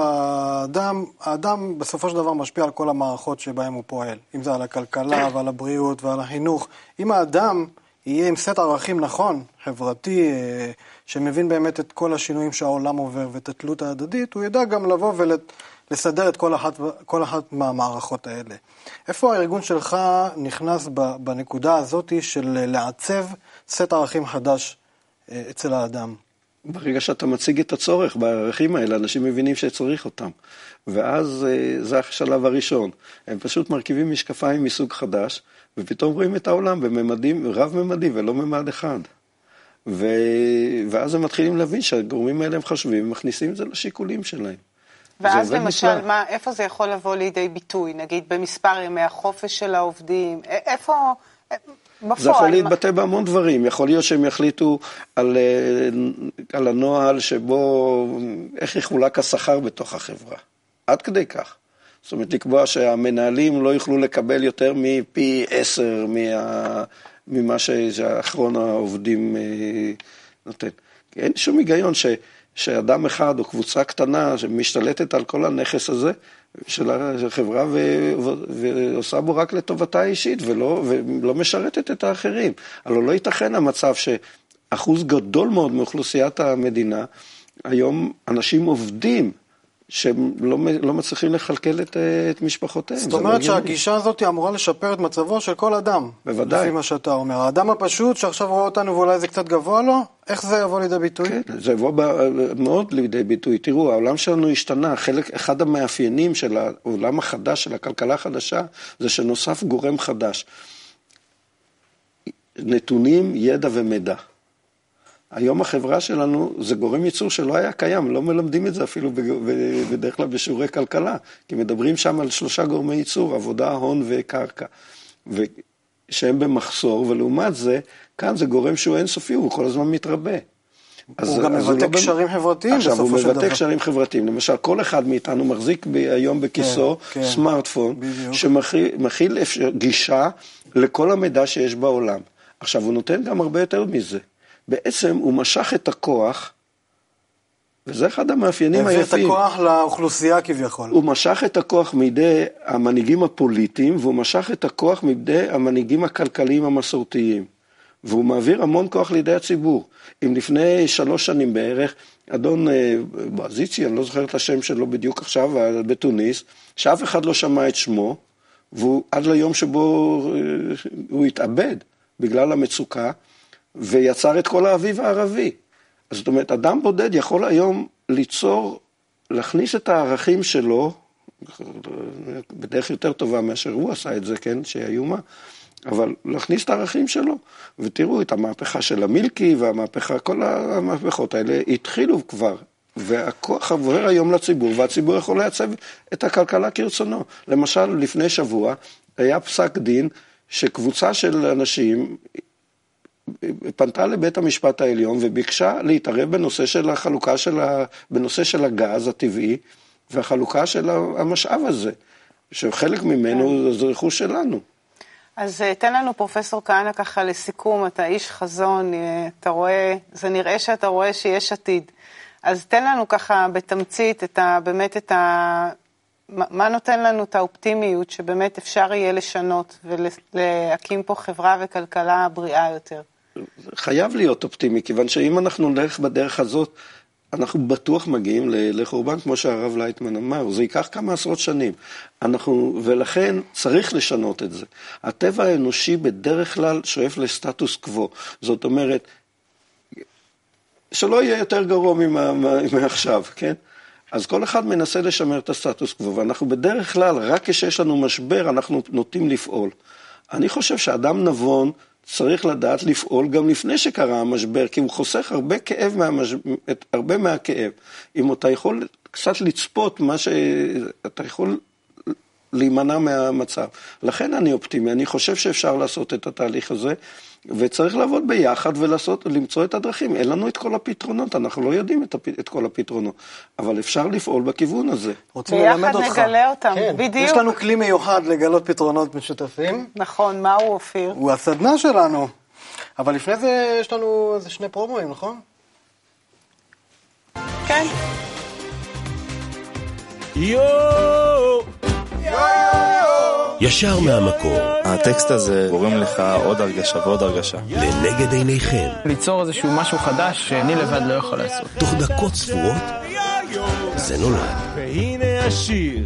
האדם בסופו של דבר משפיע על כל המערכות שבהם הוא פועל. אם זה על הכלכלה ועל הבריאות ועל החינוך. אם האדם יהיה עם סט ערכים נכון, חברתי, שמבין באמת את כל השינויים שהעולם עובר ואת התלות ההדדית, הוא ידע גם לבוא ולסדר את כל אחת מהמערכות האלה. איפה הארגון שלך נכנס בנקודה הזאת של לעצב סט ערכים חדש אצל האדם? ברגע שאתה מציג את הצורך בערכים האלה, אנשים מבינים שצריך אותם. ואז זה השלב הראשון. הם פשוט מרכיבים משקפיים מסוג חדש, ופתאום רואים את העולם בממדים, רב-ממדים ולא ממד אחד. ואז הם מתחילים להבין שהגורמים האלה הם חשובים, הם מכניסים את זה לשיקולים שלהם. ואז למשל, איפה זה יכול לבוא לידי ביטוי? נגיד במספר ימי החופש של העובדים? איפה... בפועל, זה יכול להתבטא בהמון דברים, יכול להיות שהם יחליטו על הנוהל שבו, איך יחולק השכר בתוך החברה, עד כדי כך. זאת אומרת, לקבוע שהמנהלים לא יוכלו לקבל יותר מפי 10 ממה שהאחרון העובדים נותן. אין שום היגיון שאדם אחד או קבוצה קטנה שמשתלטת על כל הנכס הזה, של החברה ועושה בו רק לטובתה האישית ולא משרתת את האחרים. אבל לא ייתכן המצב שאחוז גדול מאוד מאוכלוסיית המדינה, היום אנשים עובדים שהם לא מצליחים לכלכל את משפחותיהם. זאת אומרת שהגישה הזאת אמורה לשפר את מצבו של כל אדם. בוודאי. לפי מה שאתה אומר. האדם הפשוט שעכשיו רואה אותנו ואולי זה קצת גבוה לו, איך זה יבוא לידי ביטוי? כן, זה יבוא מאוד לידי ביטוי. תראו, העולם שלנו השתנה. אחד המאפיינים של העולם החדש, של הכלכלה החדשה, זה שנוסף גורם חדש. נתונים, ידע ומידע. היום החברה שלנו זה גורם ייצור שלא היה קיים, לא מלמדים את זה אפילו בדרך כלל בשיעורי כלכלה, כי מדברים שם על 3 גורמי ייצור, עבודה, הון וקרקע, שהם במחסור, ולעומת זה, כאן זה גורם שהוא אינסופי, הוא כל הזמן מתרבה. הוא גם מבטא קשרים חברתיים בסופו של דבר. עכשיו, הוא מבטא קשרים חברתיים. למשל, כל אחד מאיתנו מחזיק היום בכיסו סמארטפון, שמכיל גישה לכל המידע שיש בעולם. עכשיו, הוא נותן גם הרבה יותר מזה. בעצם הוא משך את הכוח, וזה אחד המאפיינים היפים. העביר את הכוח לאוכלוסייה כביכול. הוא משך את הכוח מידי המנהיגים הפוליטיים, והוא משך את הכוח מידי המנהיגים הכלכליים המסורתיים. והוא מעביר המון כוח לידי הציבור. אם לפני 3 שנים בערך, אדון בוזיצי, אני לא זוכר את השם שלו בדיוק עכשיו, בתוניס, שאף אחד לא שמע את שמו, והוא עד ליום שבו הוא התאבד בגלל המצוקה, ויצר את כל האביב הערבי. אז זאת אומרת, אדם בודד יכול היום להכניס את הערכים שלו, בדרך יותר טובה מאשר הוא עשה את זה, כן, שהיומה, אבל להכניס את הערכים שלו, ותראו את המהפכה של המילקי, כל המהפכות האלה התחילו כבר, והכוח עובר היום לציבור, והציבור יכול לייצב את הכלכלה כרצונו. למשל, לפני שבוע, היה פסק דין, שקבוצה של אנשים, פנתה לבית המשפט העליון וביקשה להתערב בנושא של החלוקה בנושא של הגז הטבעי והחלוקה של המשאב הזה, שחלק ממנו זה רכוש שלנו. אז תן לנו פרופסור כהנא ככה לסיכום, אתה איש חזון, אתה רואה, זה נראה שאתה רואה שיש עתיד. אז תן לנו ככה בתמצית באמת מה נותן לנו את האופטימיות שבאמת אפשר יהיה לשנות ולהקים פה חברה וכלכלה בריאה יותר? חייב להיות אופטימי, כיוון שאם אנחנו נלך בדרך הזאת, אנחנו בטוח מגיעים לחורבן, כמו שהרב לייטמן אמר, זה ייקח כמה עשרות שנים. ולכן צריך לשנות את זה. הטבע האנושי בדרך כלל שואף לסטטוס קוו. זאת אומרת, שלא יהיה יותר גרוע מעכשיו, כן? אז כל אחד מנסה לשמר את הסטטוס קוו, ואנחנו בדרך כלל, רק כשיש לנו משבר, אנחנו נוטים לפעול. אני חושב שאדם נבון צריך לדעת לפעול גם לפני שקרה המשבר, כי הוא חוסך הרבה כאב הרבה מהכאב. אם אתה יכול קצת לצפות אתה יכול להימנע מהמצב. לכן אני אופטימי, אני חושב שאפשר לעשות את התהליך הזה, וצריך לעבוד ביחד ולמצוא את הדרכים. אין לנו את כל הפתרונות, אנחנו לא יודעים את כל הפתרונות, אבל אפשר לפעול בכיוון הזה. רוצים ללמד אותך. ביחד נגלה אותם, כן. בדיוק. יש לנו כלי מיוחד לגלות פתרונות משותפים. נכון, מה הוא אופיר? הוא הסדנה שלנו. אבל לפני זה יש לנו איזה 2 פרומואים, נכון? כן. ישר מהמקור. הטקסט הזה גורם לך עוד הרגשה ועוד הרגשה. לנגד עיניכם. ליצור איזשהו משהו חדש שאני לבד לא יכול לעשות. תוך דקות ספורות, זה נולד. והנה השיר.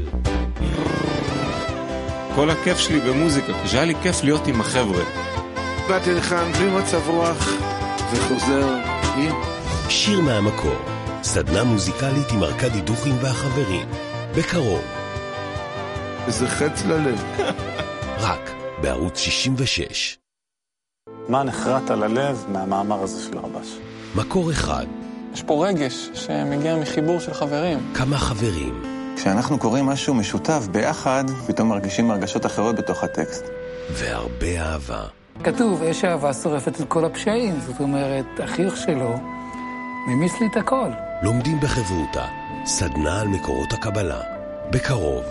כל הכיף שלי במוזיקה, שהיה לי כיף להיות עם החבר'ה. באתי לכאן בלי מצב רוח, וחוזר עם שיר מהמקור. סדנה מוזיקלית עם ארכדי דוכין והחברים. בקרוב. איזה חץ ללב. רק בערוץ 66. מה נחרט על הלב מהמאמר הזה של הרבש? מקור אחד. יש פה רגש שמגיע מחיבור של חברים. כמה חברים. כשאנחנו קוראים משהו משותף ביחד, פתאום מרגישים הרגשות אחרות בתוך הטקסט. והרבה אהבה. כתוב, אש אהבה שורפת את כל הפשעים. זאת אומרת, החיוך שלו ממיס לי את הכל. לומדים בחברותה. סדנה על מקורות הקבלה. בקרוב.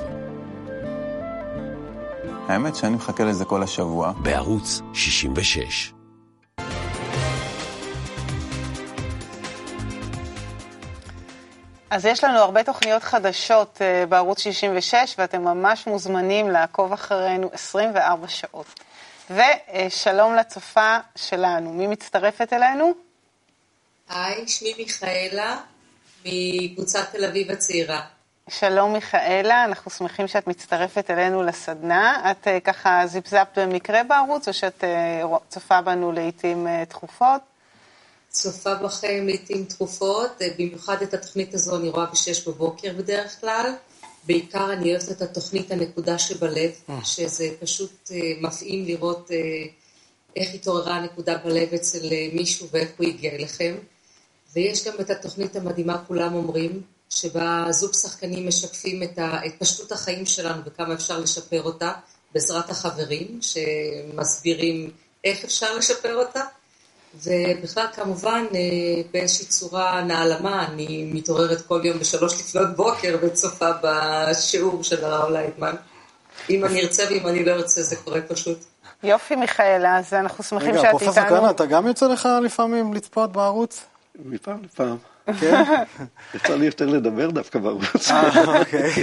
האמת שאני מחכה לזה כל השבוע. בערוץ 66. אז יש לנו הרבה תוכניות חדשות בערוץ 66, ואתם ממש מוזמנים לעקוב אחרינו 24 שעות. ושלום לצופה שלנו. מי מצטרפת אלינו? היי, שמי מיכאלה, מקבוצת תל אביב הצעירה. שלום מיכאלה, אנחנו שמחים שאת מצטרפת אלינו לסדנה. את ככה זיפזפת במקרה בערוץ, או שאת צופה בנו לעתים תכופות? צופה בכם לעתים תכופות, במיוחד את התוכנית הזו אני רואה ב6 בבוקר בדרך כלל. בעיקר אני אוהבת את התוכנית הנקודה שבלב, שזה פשוט מפעים לראות איך התעוררה הנקודה בלב אצל מישהו ואיך הוא הגיע אליכם. ויש גם את התוכנית המדהימה כולם אומרים, שבה זוג שחקנים משקפים את פשטות החיים שלנו וכמה אפשר לשפר אותה, בעזרת החברים שמסבירים איך אפשר לשפר אותה, ובכלל כמובן באיזושהי צורה נעלמה, אני מתעוררת כל יום ב3 לפנות בוקר וצופה בשיעור של הרב לייטמן. אם אני ארצה ואם אני לא ארצה זה קורה פשוט. יופי מיכאלה, אז אנחנו שמחים שאת איתנו. רגע, פרופסור כהנא, אתה גם יוצא לך לפעמים לצפות בערוץ? מפעם לפעם. כן? יצא לי יותר לדבר דווקא בערוץ. אוקיי.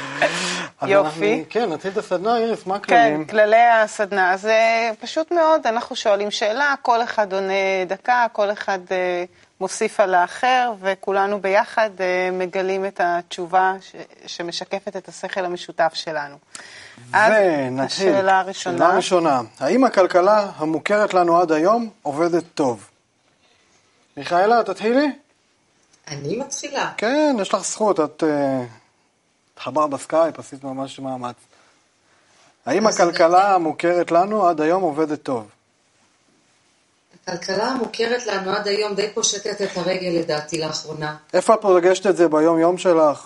יופי. כן, נתחיל את הסדנה, איריס, מה הכללים? כן, כללי הסדנה. אז פשוט מאוד, אנחנו שואלים שאלה, כל אחד עונה דקה, כל אחד מוסיף על האחר, וכולנו ביחד מגלים את התשובה שמשקפת את השכל המשותף שלנו. ונתחיל. השאלה הראשונה. שאלה ראשונה. האם הכלכלה המוכרת לנו עד היום עובדת טוב? מיכאלה, תתחילי? אני מתחילה. כן, יש לך זכות, את התחברת בסקייפ, עשית ממש מאמץ. האם הכלכלה המוכרת לנו עד היום עובדת טוב? הכלכלה המוכרת לנו עד היום די פושטת את הרגל לדעתי לאחרונה. איפה את פוגשת את זה ביום יום שלך?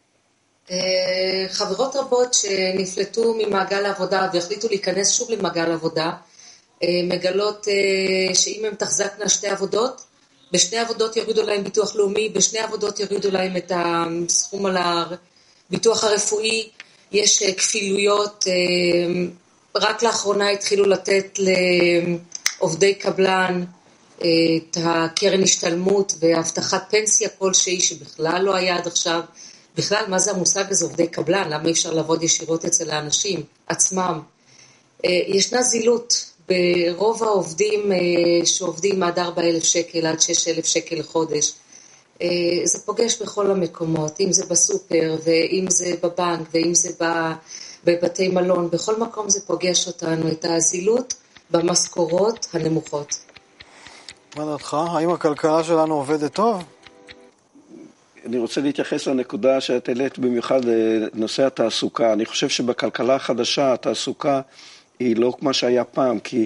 חברות רבות שנפלטו ממעגל העבודה והחליטו להיכנס שוב למעגל העבודה, מגלות שאם הם תחזקנה 2 עבודות, בשני עבודות יורידו להם ביטוח לאומי, בשני עבודות יורידו להם את הסכום על הביטוח הרפואי, יש כפילויות, רק לאחרונה התחילו לתת לעובדי קבלן את הקרן השתלמות והבטחת פנסיה כלשהי שבכלל לא היה עד עכשיו. בכלל, מה זה המושג הזה עובדי קבלן? למה אי אפשר לעבוד ישירות אצל האנשים עצמם? ישנה זילות. ברוב העובדים שעובדים עד 4,000 שקל, עד 6,000 שקל לחודש, זה פוגש בכל המקומות, אם זה בסופר, ואם זה בבנק, ואם זה בבתי מלון, בכל מקום זה פוגש אותנו, את הזילות במשכורות הנמוכות. מה דעתך? האם הכלכלה שלנו עובדת טוב? אני רוצה להתייחס לנקודה שאת העלית במיוחד נושא התעסוקה. אני חושב שבכלכלה החדשה התעסוקה היא לא כמו שהיה פעם, כי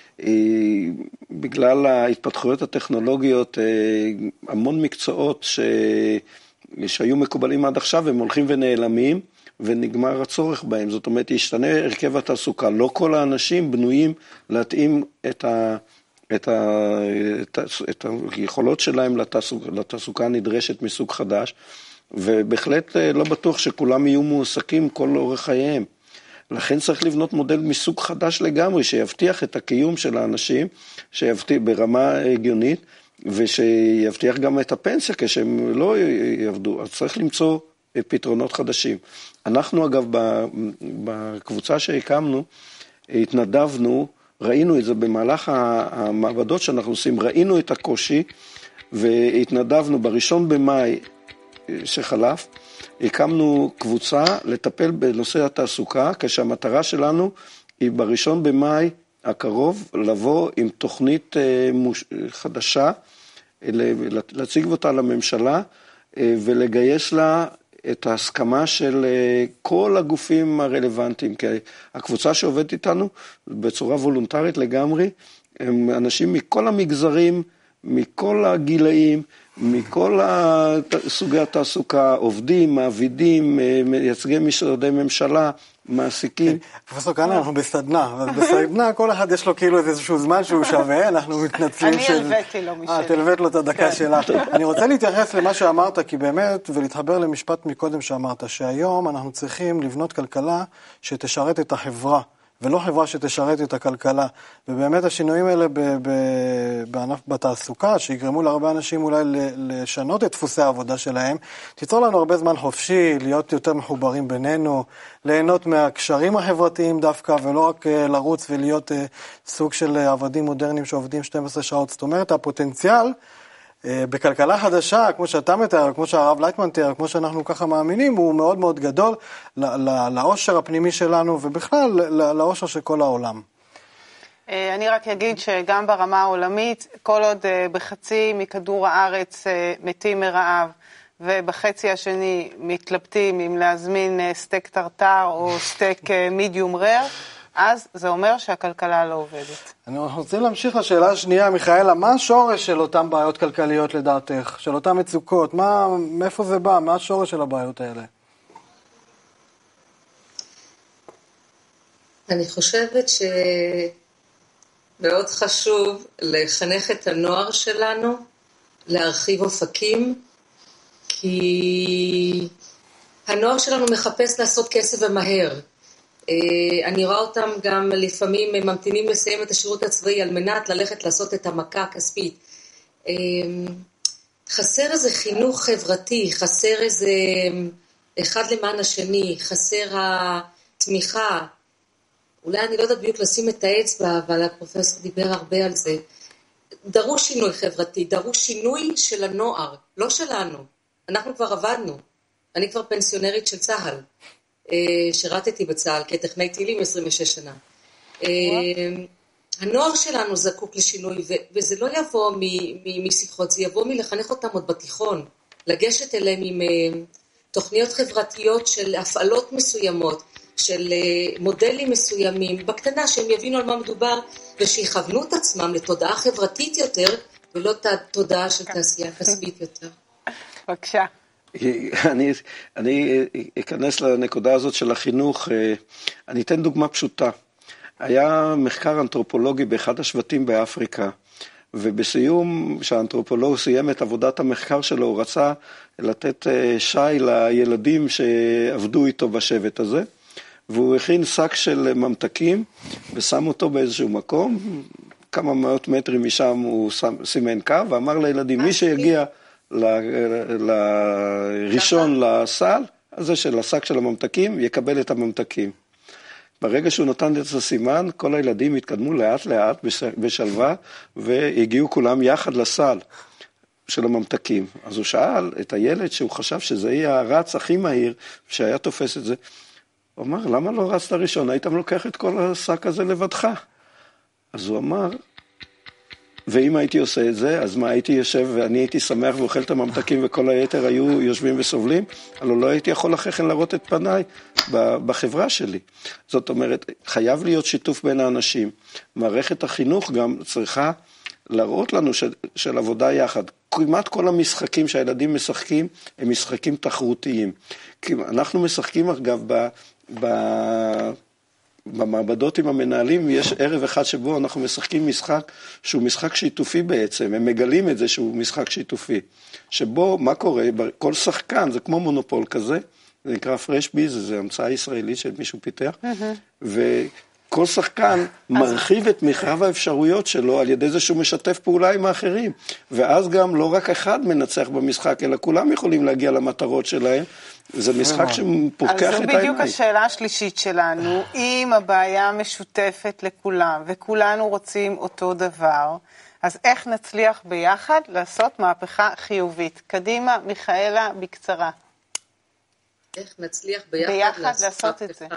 בגלל ההתפתחויות הטכנולוגיות, המון מקצועות שהיו מקובלים עד עכשיו, הם הולכים ונעלמים, ונגמר הצורך בהם. זאת אומרת, ישתנה הרכב התעסוקה. לא כל האנשים בנויים להתאים את היכולות שלהם לתעסוקה הנדרשת מסוג חדש, ובהחלט לא בטוח שכולם יהיו מועסקים כל אורך חייהם. לכן צריך לבנות מודל מסוג חדש לגמרי, שיבטיח את הקיום של האנשים, שיבטיח ברמה הגיונית, ושיבטיח גם את הפנסיה כשהם לא יעבדו. אז צריך למצוא פתרונות חדשים. אנחנו אגב בקבוצה שהקמנו, התנדבנו, ראינו את זה במהלך המעבדות שאנחנו עושים, ראינו את הקושי, והתנדבנו בראשון במאי שחלף, הקמנו קבוצה לטפל בנושא התעסוקה, כשהמטרה שלנו היא בראשון במאי הקרוב לבוא עם תוכנית חדשה, להציג אותה לממשלה ולגייס לה את ההסכמה של כל הגופים הרלוונטיים, כי הקבוצה שעובדת איתנו בצורה וולונטרית לגמרי, הם אנשים מכל המגזרים, מכל הגילאים, מכל סוגי התעסוקה, עובדים, מעבידים, מייצגי משרדי ממשלה, מעסיקים. פרופסור כהנא, אנחנו בסדנה, אבל בסדנה כל אחד יש לו כאילו איזשהו זמן שהוא שווה, אנחנו מתנצלים אני הלוויתי לו משלי. תלווית לו את הדקה שלך. אני רוצה להתייחס למה שאמרת, כי באמת, ולהתחבר למשפט מקודם שאמרת, שהיום אנחנו צריכים לבנות כלכלה שתשרת את החברה, ולא חברה שתשרת את הכלכלה. ובאמת השינויים האלה בתעסוקה, שיגרמו להרבה אנשים אולי לשנות את דפוסי העבודה שלהם, תיצור לנו הרבה זמן חופשי, להיות יותר מחוברים בינינו, ליהנות מהקשרים החברתיים דווקא, ולא רק לרוץ ולהיות סוג של עבדים מודרניים שעובדים 12 שעות. זאת אומרת, הפוטנציאל בכלכלה חדשה, כמו שאתה מתאר, כמו שהרב לייטמן תיאר, כמו שאנחנו ככה מאמינים, הוא מאוד מאוד גדול לאושר הפנימי שלנו, ובכלל לאושר של כל העולם. אני רק אגיד שגם ברמה העולמית, כל עוד בחצי מכדור הארץ מתים מרעב, ובחצי השני מתלבטים אם להזמין סטייק טרטר או סטייק מידיום רר, אז זה אומר שהכלכלה לא עובדת. אני רוצה להמשיך לשאלה השנייה, מיכאלה, מה השורש של אותן בעיות כלכליות לדעתך? של אותן מצוקות? מאיפה זה בא? מה השורש של הבעיות האלה? אני חושבת שמאוד חשוב לחנך את הנוער שלנו, להרחיב אופקים, כי הנוער שלנו מחפש לעשות כסף ומהר. אני רואה אותם גם לפעמים ממתינים לסיים את השירות הצבאי על מנת ללכת לעשות את המכה הכספית. חסר איזה חינוך חברתי, חסר איזה אחד למען השני, חסר התמיכה. אולי אני לא יודעת בדיוק לשים את האצבע, אבל הפרופסור דיבר הרבה על זה. דרוש שינוי חברתי, דרוש שינוי של הנוער, לא שלנו. אנחנו כבר עבדנו. אני כבר פנסיונרית של צה"ל. שירתתי בצה"ל כטכנאי טילים 26 שנה. הנוער שלנו זקוק לשינוי, וזה לא יבוא משיחות, זה יבוא מלחנך אותם עוד בתיכון, לגשת אליהם עם תוכניות חברתיות של הפעלות מסוימות, של מודלים מסוימים, בקטנה שהם יבינו על מה מדובר, ושיכוונו את עצמם לתודעה חברתית יותר, ולא תודעה של תעשייה כספית יותר. בבקשה. אני אכנס לנקודה הזאת של החינוך, אני אתן דוגמה פשוטה. היה מחקר אנתרופולוגי באחד השבטים באפריקה, ובסיום שהאנתרופולוג סיים את עבודת המחקר שלו, הוא רצה לתת שי לילדים שעבדו איתו בשבט הזה, והוא הכין שק של ממתקים, ושם אותו באיזשהו מקום, כמה מאות מטרים משם הוא סימן קו, ואמר לילדים, מי שיגיע לראשון לסל, הזה של השק של הממתקים, יקבל את הממתקים. ברגע שהוא נתן את הסימן, כל הילדים התקדמו לאט לאט בשלווה, והגיעו כולם יחד לסל. של הממתקים. אז הוא שאל את הילד שהוא חשב שזה יהיה הרץ הכי מהיר, שהיה תופס את זה. הוא אמר, למה לא רצת ראשון? הייתם לוקח את כל השק הזה לבדך. אז הוא אמר, ואם הייתי עושה את זה, אז מה, הייתי יושב ואני הייתי שמח ואוכל את הממתקים וכל היתר היו יושבים וסובלים? הלוא לא הייתי יכול אחרי כן להראות את פניי בחברה שלי. זאת אומרת, חייב להיות שיתוף בין האנשים. מערכת החינוך גם צריכה להראות לנו של עבודה יחד. כמעט כל המשחקים שהילדים משחקים, הם משחקים תחרותיים. כי אנחנו משחקים אגב במעבדות עם המנהלים, יש ערב אחד שבו אנחנו משחקים משחק שהוא משחק שיתופי בעצם, הם מגלים את זה שהוא משחק שיתופי, שבו מה קורה, כל שחקן, זה כמו מונופול כזה, זה נקרא פרש ביז, זה המצאה ישראלית של מישהו פיתח, וכל שחקן מרחיב את מרחב האפשרויות שלו על ידי זה שהוא משתף פעולה עם האחרים, ואז גם לא רק אחד מנצח במשחק, אלא כולם יכולים להגיע למטרות שלהם, זה משחק שפוקח את העיניים. אז זו בדיוק השאלה השלישית שלנו, אם הבעיה משותפת לכולם, וכולנו רוצים אותו דבר, אז איך נצליח ביחד לעשות מהפכה חיובית? קדימה, מיכאלה, בקצרה. איך נצליח ביחד לעשות את זה?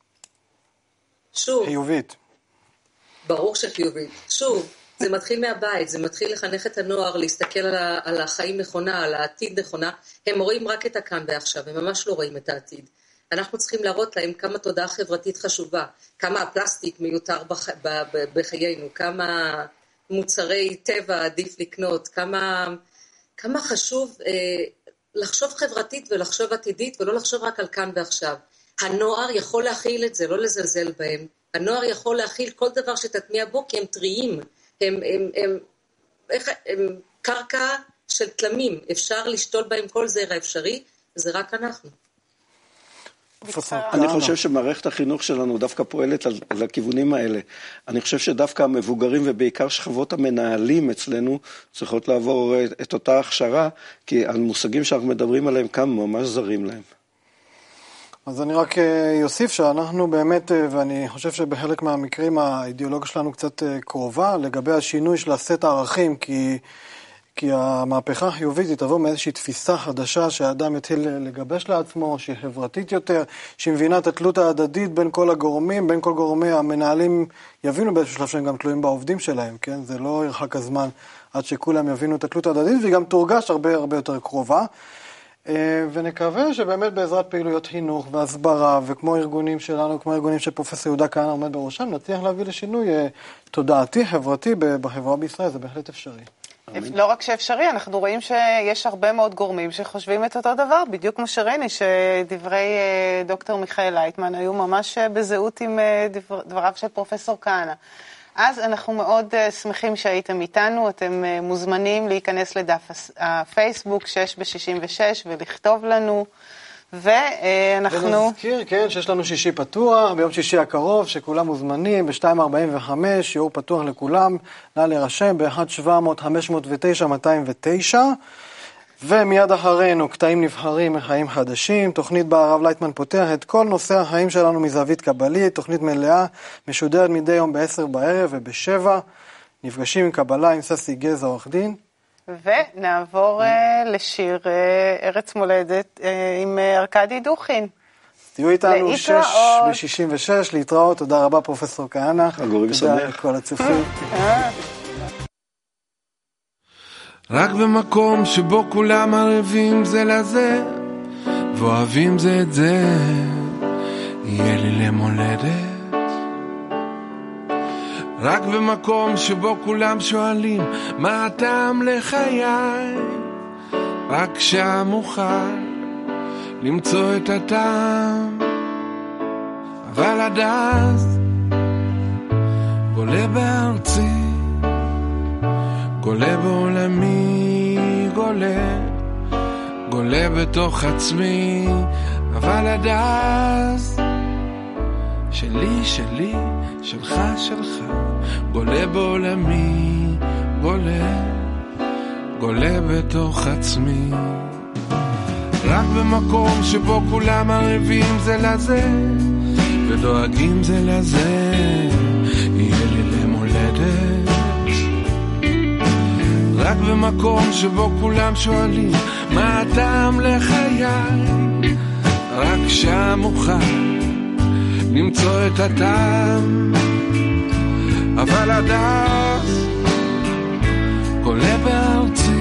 שוב. חיובית. ברור שחיובית. שוב. זה מתחיל מהבית, זה מתחיל לחנך את הנוער, להסתכל על החיים נכונה, על העתיד נכונה. הם רואים רק את הכאן ועכשיו, הם ממש לא רואים את העתיד. אנחנו צריכים להראות להם כמה תודעה חברתית חשובה, כמה הפלסטיק מיותר בחיינו, כמה מוצרי טבע עדיף לקנות, כמה חשוב לחשוב חברתית ולחשוב עתידית, ולא לחשוב רק על כאן ועכשיו. הנוער יכול להכיל את זה, לא לזלזל בהם. הנוער יכול להכיל כל דבר שתטמיע בו, כי הם טריים. הם קרקע של תלמים, אפשר לשתול בהם כל זרע אפשרי, זה רק אנחנו. אני חושב שמערכת החינוך שלנו דווקא פועלת על הכיוונים האלה. אני חושב שדווקא המבוגרים ובעיקר שכבות המנהלים אצלנו צריכות לעבור את אותה הכשרה, כי המושגים שאנחנו מדברים עליהם כאן ממש זרים להם. אז אני רק יוסיף שאנחנו באמת, ואני חושב שבחלק מהמקרים האידיאולוגיה שלנו קצת קרובה, לגבי השינוי של הסט הערכים, כי המהפכה החיובית היא תבוא מאיזושהי תפיסה חדשה שהאדם יתחיל לגבש לעצמו, שהיא חברתית יותר, שהיא מבינה את התלות ההדדית בין כל הגורמים, בין כל גורמי המנהלים יבינו באיזשהו שלב שהם גם תלויים בעובדים שלהם, כן? זה לא ירחק הזמן עד שכולם יבינו את התלות ההדדית, והיא גם תורגש הרבה הרבה יותר קרובה. ונקווה שבאמת בעזרת פעילויות חינוך והסברה, וכמו ארגונים שלנו, כמו ארגונים שפרופסור יהודה כהנא עומד בראשם, נצליח להביא לשינוי תודעתי, חברתי בחברה בישראל, זה בהחלט אפשרי. לא רק שאפשרי, אנחנו רואים שיש הרבה מאוד גורמים שחושבים את אותו דבר, בדיוק כמו שראינו, שדברי דוקטור מיכאל לייטמן היו ממש בזהות עם דבריו של פרופסור כהנא. אז אנחנו מאוד שמחים שהייתם איתנו, אתם מוזמנים להיכנס לדף הפייסבוק 6 ב-66 ולכתוב לנו, ואנחנו... ונזכיר, כן, שיש לנו שישי פתוח, ביום שישי הקרוב, שכולם מוזמנים, ב-2:45, שיעור פתוח לכולם, נא להירשם ב-1-700-509-209, ומיד אחרינו, קטעים נבחרים מחיים חדשים, תוכנית בה הרב לייטמן פותח את כל נושא החיים שלנו מזווית קבלית, תוכנית מלאה, משודרת מדי יום ב-10 בערב וב-7, נפגשים עם קבלה עם ססי גזע עורך דין. ונעבור לשיר ארץ מולדת עם ארקדי דוכין. תהיו איתנו 6 ב-66, להתראות, תודה רבה פרופסור כהנא, תודה לכל הצופים. רק במקום שבו כולם ערבים זה לזה ואוהבים זה את זה, יהיה לי למולדת. רק במקום שבו כולם שואלים מה הטעם לחיי, רק שם אוכל למצוא את הטעם. אבל עד אז גולה בארצי, גולה בעולמי, גולה בתוך עצמי. אבל עד אז שלי, שלי, שלך, שלך, גולה בעולמי, גולה בתוך עצמי. רק במקום שבו כולם ערבים זה לזה ודואגים זה לזה, יהיה לי למולדת. רק במקום שבו כולם שואלים מה הטעם לחיי, רק שם אוכל למצוא את הטעם. אבל הדס בולה בארצי,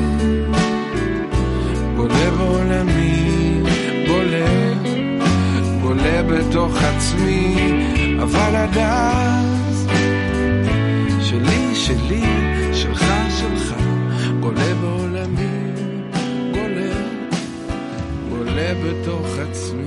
בולה בעולמי, בולה בתוך עצמי. אבל הדס שלי, שלך, בולה בעולמי, בולה בתוך עצמי.